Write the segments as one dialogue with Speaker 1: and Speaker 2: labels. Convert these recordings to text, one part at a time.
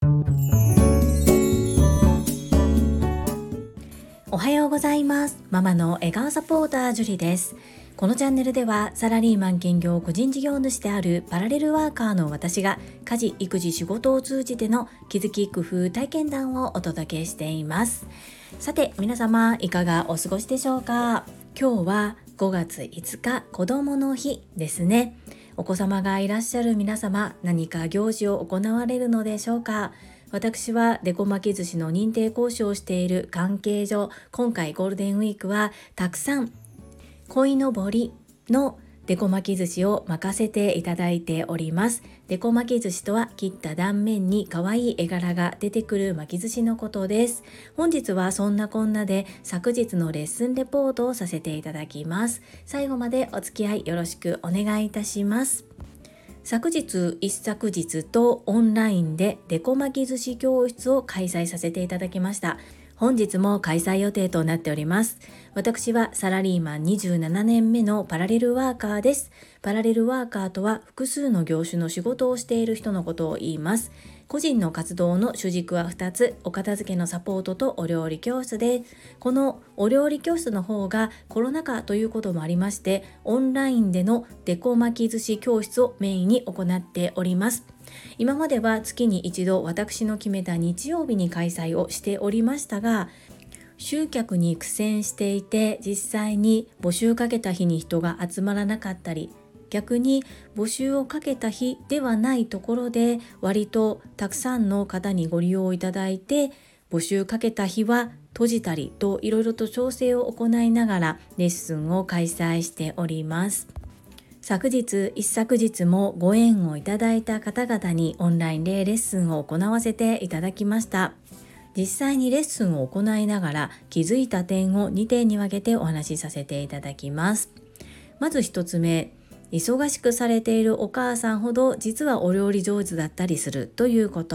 Speaker 1: おはようございます。ママの笑顔サポータージュリです。このチャンネルではサラリーマン兼業個人事業主であるパラレルワーカーの私が家事・育児・仕事を通じての気づき・工夫・体験談をお届けしています。さて皆様いかがお過ごしでしょうか。今日は5月5日子どもの日ですね。お子様がいらっしゃる皆様、何か行事を行われるのでしょうか。私はデコ巻き寿司の認定講師をしている関係上、今回ゴールデンウィークはたくさん鯉のぼりのデコ巻き寿司を任せていただいております。デコ巻き寿司とは切った断面に可愛い絵柄が出てくる巻き寿司のことです。本日はそんなこんなで昨日のレッスンレポートをさせていただきます。最後までお付き合いよろしくお願いいたします。昨日一昨日とオンラインでデコ巻き寿司教室を開催させていただきました。本日も開催予定となっております。私はサラリーマン27年目のパラレルワーカーです。パラレルワーカーとは複数の業種の仕事をしている人のことを言います。個人の活動の主軸は2つ、お片付けのサポートとお料理教室です。このお料理教室の方がコロナ禍ということもありまして、オンラインでのデコ巻き寿司教室をメインに行っております。今までは月に一度私の決めた日曜日に開催をしておりましたが、集客に苦戦していて実際に募集かけた日に人が集まらなかったり、逆に募集をかけた日ではないところで割とたくさんの方にご利用いただいて、募集かけた日は閉じたりといろいろと調整を行いながらレッスンを開催しております。昨日一昨日もご縁をいただいた方々にオンラインでレッスンを行わせていただきました。実際にレッスンを行いながら気づいた点を2点に分けてお話しさせていただきます。まず1つ目、忙しくされているお母さんほど実はお料理上手だったりするということ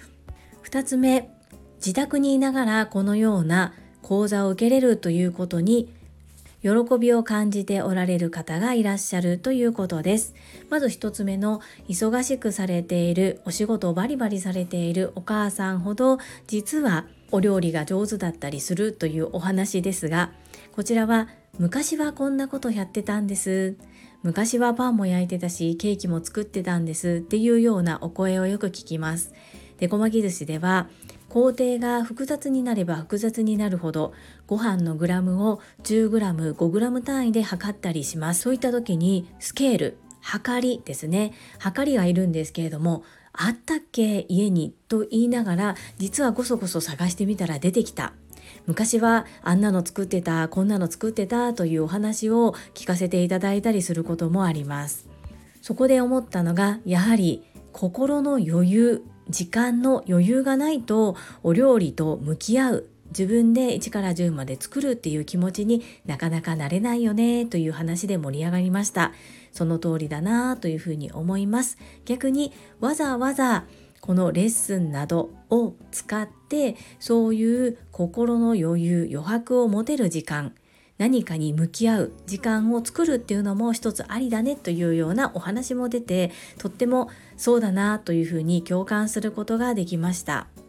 Speaker 1: 。2つ目、自宅にいながらこのような講座を受けれるということに喜びを感じておられる方がいらっしゃるということです。まず1つ目の忙しくされている、お仕事をバリバリされているお母さんほど実はお料理が上手だったりするというお話ですが、こちらは昔はこんなことやってたんです、昔はパンも焼いてたしケーキも作ってたんですっていうようなお声をよく聞きます。デコ巻き寿司では工程が複雑になれば複雑になるほどご飯のグラムを 10g、5g 単位で測ったりします。そういった時にスケール、測りですね。測りがいるんですけれども、あったっけ家にと言いながら実はごそごそ探してみたら出てきた。昔はあんなの作ってた、こんなの作ってたというお話を聞かせていただいたりすることもあります。そこで思ったのが、やはり心の余裕、時間の余裕がないとお料理と向き合う、自分で1から10まで作るっていう気持ちになかなかなれないよねという話で盛り上がりました。その通りだなというふうに思います。逆にわざわざこのレッスンなどを使ってそういう心の余裕、余白を持てる時間、何かに向き合う時間を作るっていうのも一つありだねというようなお話も出て、とってもそうだなというふうに共感することができました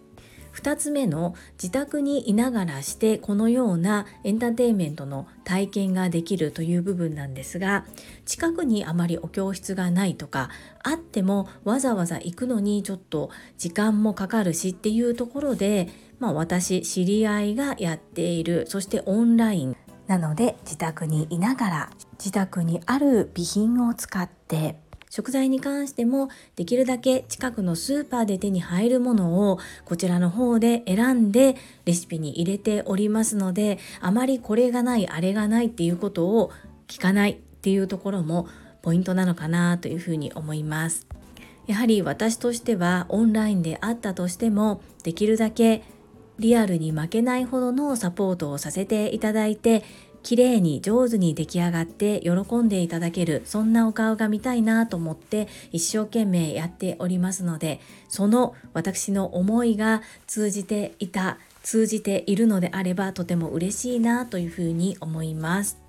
Speaker 1: 。2つ目の自宅にいながらしてこのようなエンターテインメントの体験ができるという部分なんですが、近くにあまりお教室がないとか、あってもわざわざ行くのにちょっと時間もかかるしっていうところで、私知り合いがやっている、そしてオンラインなので自宅にいながら自宅にある備品を使って、食材に関してもできるだけ近くのスーパーで手に入るものをこちらの方で選んでレシピに入れておりますので、あまりこれがないあれがないっていうことを聞かないっていうところもポイントなのかなというふうに思います。やはり私としてはオンラインであったとしてもできるだけリアルに負けないほどのサポートをさせていただいて、綺麗に上手に出来上がって喜んでいただける、そんなお顔が見たいなと思って一生懸命やっておりますので、その私の思いが通じているのであればとても嬉しいなというふうに思います。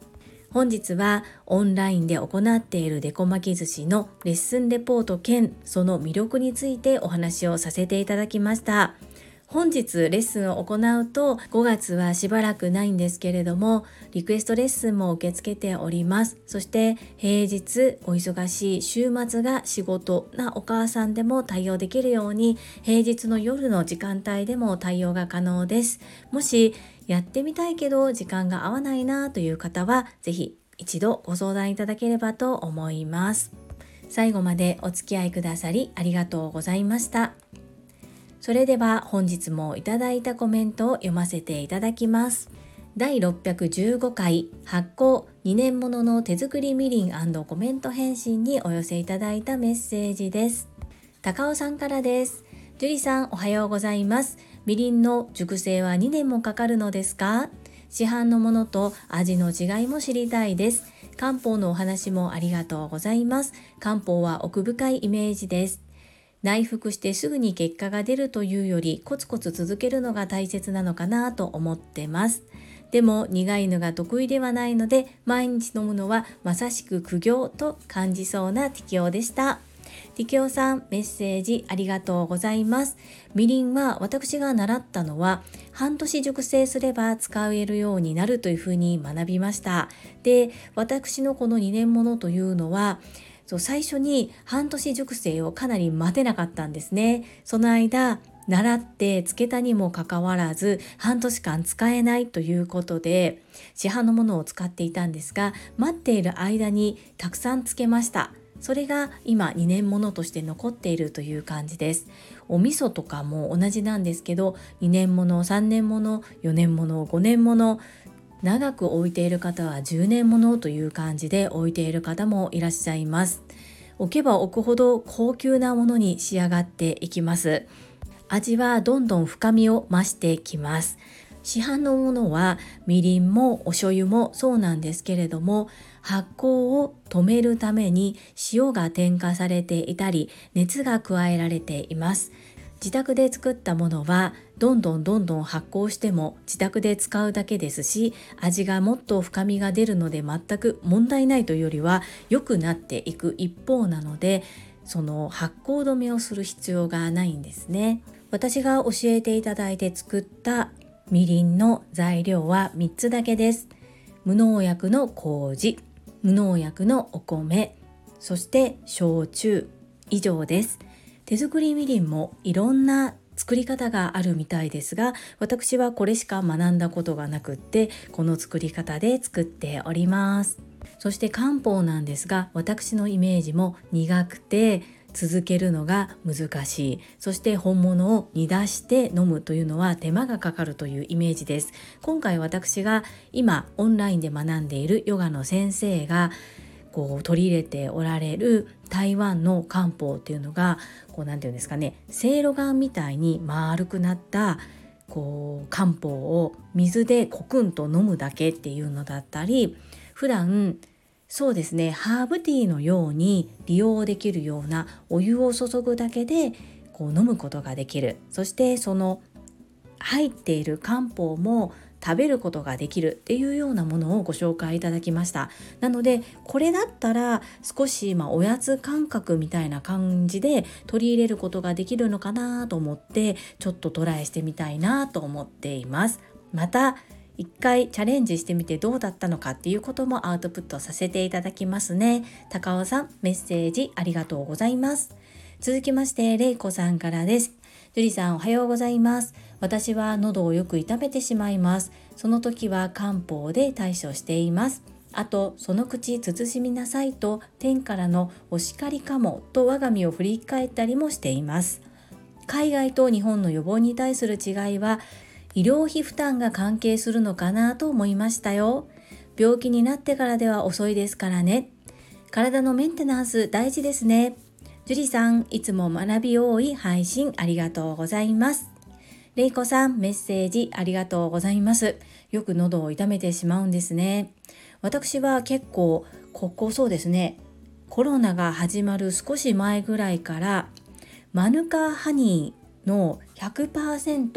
Speaker 1: 本日はオンラインで行っているデコ巻き寿司のレッスンレポート兼その魅力についてお話をさせていただきました。本日レッスンを行うと5月はしばらくないんですけれども、リクエストレッスンも受け付けております。そして平日お忙しい週末が仕事なお母さんでも対応できるように、平日の夜の時間帯でも対応が可能です。もしやってみたいけど時間が合わないなという方は、ぜひ一度ご相談いただければと思います。最後までお付き合いくださりありがとうございました。それでは本日もいただいたコメントを読ませていただきます。第615回発酵2年ものの手作りみりん&コメント返信にお寄せいただいたメッセージです。高尾さんからです。ジュリさん、おはようございます。みりんの熟成は2年もかかるのですか？市販のものと味の違いも知りたいです。漢方のお話もありがとうございます。漢方は奥深いイメージです。内服してすぐに結果が出るというよりコツコツ続けるのが大切なのかなと思ってます。でも苦いのが得意ではないので、毎日飲むのはまさしく苦行と感じそうな適応でした。適応さん、メッセージありがとうございます。みりんは私が習ったのは半年熟成すれば使えるようになるというふうに学びました。で、私のこの2年ものというのは最初に半年熟成をかなり待てなかったんですね。その間習ってつけたにもかかわらず半年間使えないということで市販のものを使っていたんですが、待っている間にたくさんつけました。それが今2年ものとして残っているという感じです。お味噌とかも同じなんですけど、2年もの、3年もの、4年もの、5年もの、長く置いている方は10年ものという感じで置いている方もいらっしゃいます。置けば置くほど高級なものに仕上がっていきます。味はどんどん深みを増してきます。市販のものはみりんもお醤油もそうなんですけれども、発酵を止めるために塩が添加されていたり熱が加えられています。自宅で作ったものはどんどん発酵しても自宅で使うだけですし、味がもっと深みが出るので全く問題ないというよりは良くなっていく一方なので、その発酵止めをする必要がないんですね。私が教えていただいて作ったみりんの材料は3つだけです。無農薬の麹、無農薬のお米、そして焼酎、以上です。手作りみりんもいろんな作り方があるみたいですが、私はこれしか学んだことがなくって、この作り方で作っております。そして漢方なんですが、私のイメージも苦くて続けるのが難しい。そして本物を煮出して飲むというのは手間がかかるというイメージです。今回私が今オンラインで学んでいるヨガの先生が取り入れておられる台湾の漢方っていうのがなんていうんですかね、せいろがんみたいに丸くなった漢方を水でコクンと飲むだけっていうのだったり、普段そうですね、ハーブティーのように利用できるようなお湯を注ぐだけで飲むことができる。そしてその入っている漢方も食べることができるっていうようなものをご紹介いただきました。なのでこれだったら少しおやつ感覚みたいな感じで取り入れることができるのかなと思って、ちょっとトライしてみたいなと思っています。また一回チャレンジしてみてどうだったのかっていうこともアウトプットさせていただきますね。高尾さん、メッセージありがとうございます。続きましてれいこさんからです。ジュリさん、おはようございます。私は喉をよく痛めてしまいます。その時は漢方で対処しています。あと、その口慎みなさいと天からのお叱りかもと我が身を振り返ったりもしています。海外と日本の予防に対する違いは医療費負担が関係するのかなと思いましたよ。病気になってからでは遅いですからね。体のメンテナンス大事ですね。ジュリさん、いつも学び多い配信ありがとうございます。れいこさん、メッセージありがとうございます。よく喉を痛めてしまうんですね。私は結構ここそうですね、コロナが始まる少し前ぐらいからマヌカハニーの 100%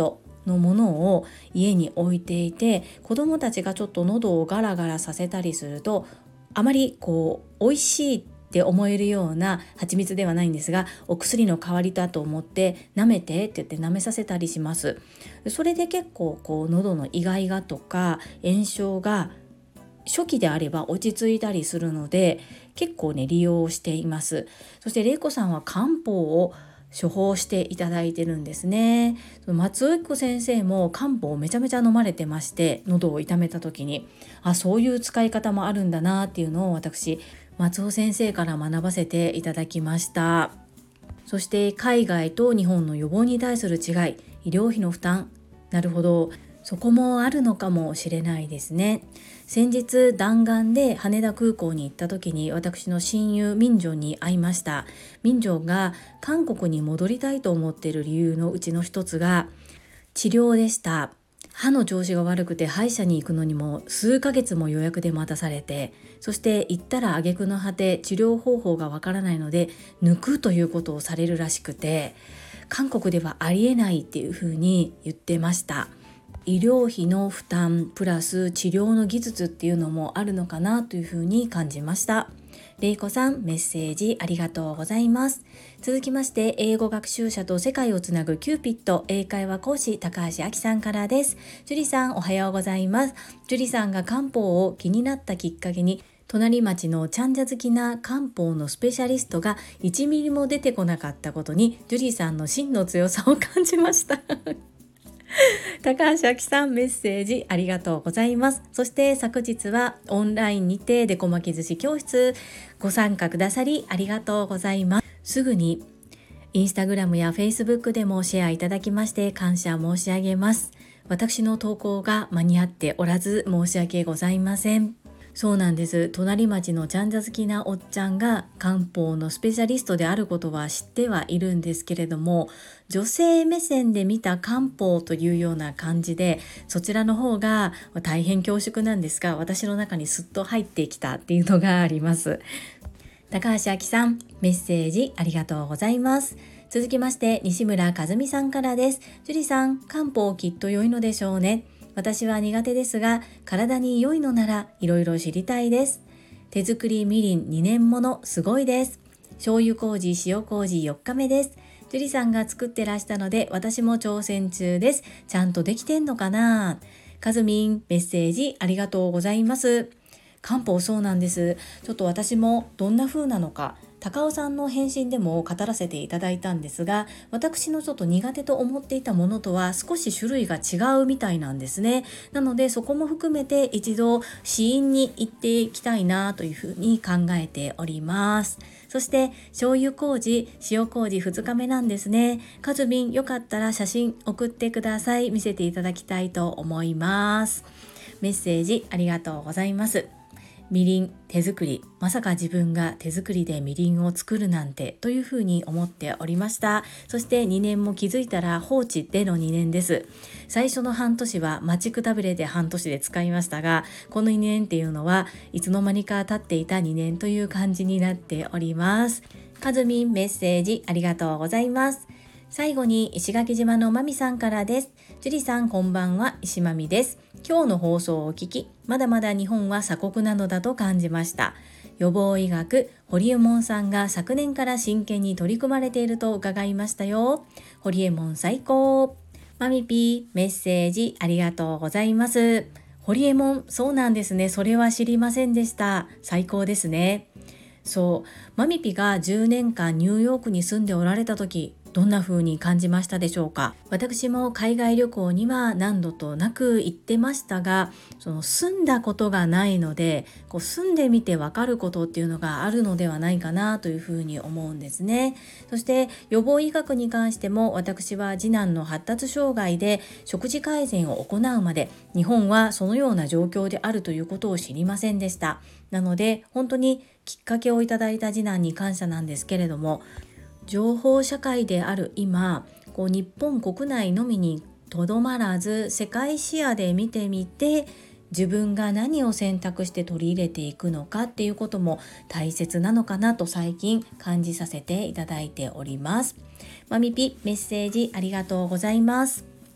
Speaker 1: のものを家に置いていて、子どもたちがちょっと喉をガラガラさせたりすると、あまり美味しいって思えるような蜂蜜ではないんですが、お薬の代わりだと思って舐めてって言って舐めさせたりします。それで結構喉のイガイガとか炎症が初期であれば落ち着いたりするので、結構ね利用しています。そして玲子さんは漢方を処方していただいてるんですね。松尾子先生も漢方をめちゃめちゃ飲まれてまして、喉を痛めた時にそういう使い方もあるんだなっていうのを私松尾先生から学ばせていただきました。そして海外と日本の予防に対する違い、医療費の負担、なるほど、そこもあるのかもしれないですね。先日弾丸で羽田空港に行った時に、私の親友ミンジョンに会いました。ミンジョンが韓国に戻りたいと思っている理由のうちの一つが治療でした。歯の調子が悪くて歯医者に行くのにも数ヶ月も予約で待たされて、そして行ったら挙句の果て治療方法がわからないので抜くということをされるらしくて、韓国ではありえないっていうふうに言ってました。医療費の負担プラス治療の技術っていうのもあるのかなというふうに感じました。玲子さん、メッセージありがとうございます。続きまして、英語学習者と世界をつなぐキューピット英会話講師高橋明さんからです。ジュリさん、おはようございます。ジュリさんが漢方を気になったきっかけに、隣町のチャンジャ好きな漢方のスペシャリストが1ミリも出てこなかったことに、ジュリさんの真の強さを感じました高橋明さん、メッセージありがとうございます。そして昨日はオンラインにてデコ巻き寿司教室ご参加くださりありがとうございます。すぐにインスタグラムやフェイスブックでもシェアいただきまして感謝申し上げます。私の投稿が間に合っておらず申し訳ございません。そうなんです。隣町のチャンジャ好きなおっちゃんが漢方のスペシャリストであることは知ってはいるんですけれども、女性目線で見た漢方というような感じで、そちらの方が大変恐縮なんですが、私の中にスッと入ってきたっていうのがあります。高橋明さん、メッセージありがとうございます。続きまして西村和美さんからです。ジュリさん、漢方きっと良いのでしょうね。私は苦手ですが、体に良いのならいろいろ知りたいです。手作りみりん2年ものすごいです。醤油麹、塩麹4日目です。ジュリさんが作ってらしたので私も挑戦中です。ちゃんとできてんのかな。かずみん、メッセージありがとうございます。漢方そうなんです。ちょっと私もどんな風なのか高尾さんの返信でも語らせていただいたんですが、私のちょっと苦手と思っていたものとは少し種類が違うみたいなんですね。なのでそこも含めて一度試飲に行っていきたいなというふうに考えております。そして醤油麹、塩麹2日目なんですね。かずみん、よかったら写真送ってください。見せていただきたいと思います。メッセージありがとうございます。みりん手作り、まさか自分が手作りでみりんを作るなんてというふうに思っておりました。そして2年も気づいたら放置での2年です。最初の半年は待ちくたびれて半年で使いましたが、この2年っていうのはいつの間にか経っていた2年という感じになっております。かずみん、メッセージありがとうございます。最後に石垣島のまみさんからです。ジュリさん、こんばんは、石まみです。今日の放送を聞き、まだまだ日本は鎖国なのだと感じました。予防医学、堀江門さんが昨年から真剣に取り組まれていると伺いましたよ。堀江門最高。まみぴー、メッセージありがとうございます。堀江門、そうなんですね。それは知りませんでした。最高ですね。そう、まみぴが10年間ニューヨークに住んでおられた時、どんな風に感じましたでしょうか。私も海外旅行には何度となく行ってましたが、その住んだことがないので、住んでみてわかることっていうのがあるのではないかなというふうに思うんですね。そして予防医学に関しても、私は次男の発達障害で食事改善を行うまで日本はそのような状況であるということを知りませんでした。なので本当にきっかけをいただいた次男に感謝なんですけれども、情報社会である今、日本国内のみにとどまらず世界視野で見てみて、自分が何を選択して取り入れていくのかっていうことも大切なのかなと最近感じさせていただいております。まみぴ、メッセージありがとうございます。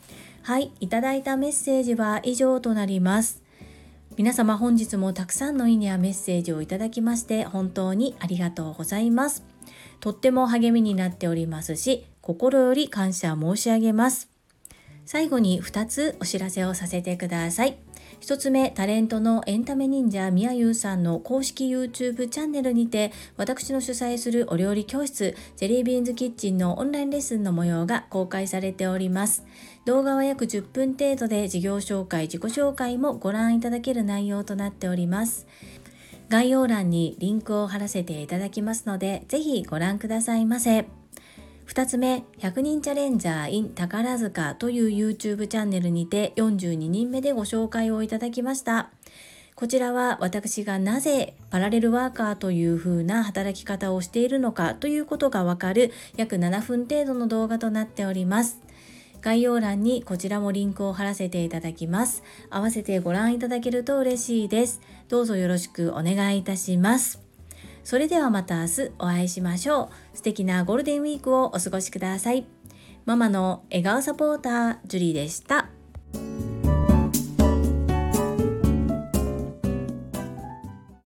Speaker 1: はい、いただいたメッセージは以上となります。皆様本日もたくさんのいいねやメッセージをいただきまして本当にありがとうございます。とっても励みになっておりますし、心より感謝申し上げます。最後に2つお知らせをさせてください。1つ目、タレントのエンタメ忍者みやゆうさんの公式 YouTube チャンネルにて、私の主催するお料理教室ジェリービーンズキッチンのオンラインレッスンの模様が公開されております。動画は約10分程度で事業紹介、自己紹介もご覧いただける内容となっております。概要欄にリンクを貼らせていただきますので、ぜひご覧くださいませ。2つ目、100人チャレンジャー in 宝塚という YouTube チャンネルにて42人目でご紹介をいただきました。こちらは私がなぜパラレルワーカーという風な働き方をしているのかということがわかる約7分程度の動画となっております。概要欄にこちらもリンクを貼らせていただきます。合わせてご覧いただけると嬉しいです。どうぞよろしくお願いいたします。それではまた明日お会いしましょう。素敵なゴールデンウィークをお過ごしください。ママの笑顔サポータージュリーでした。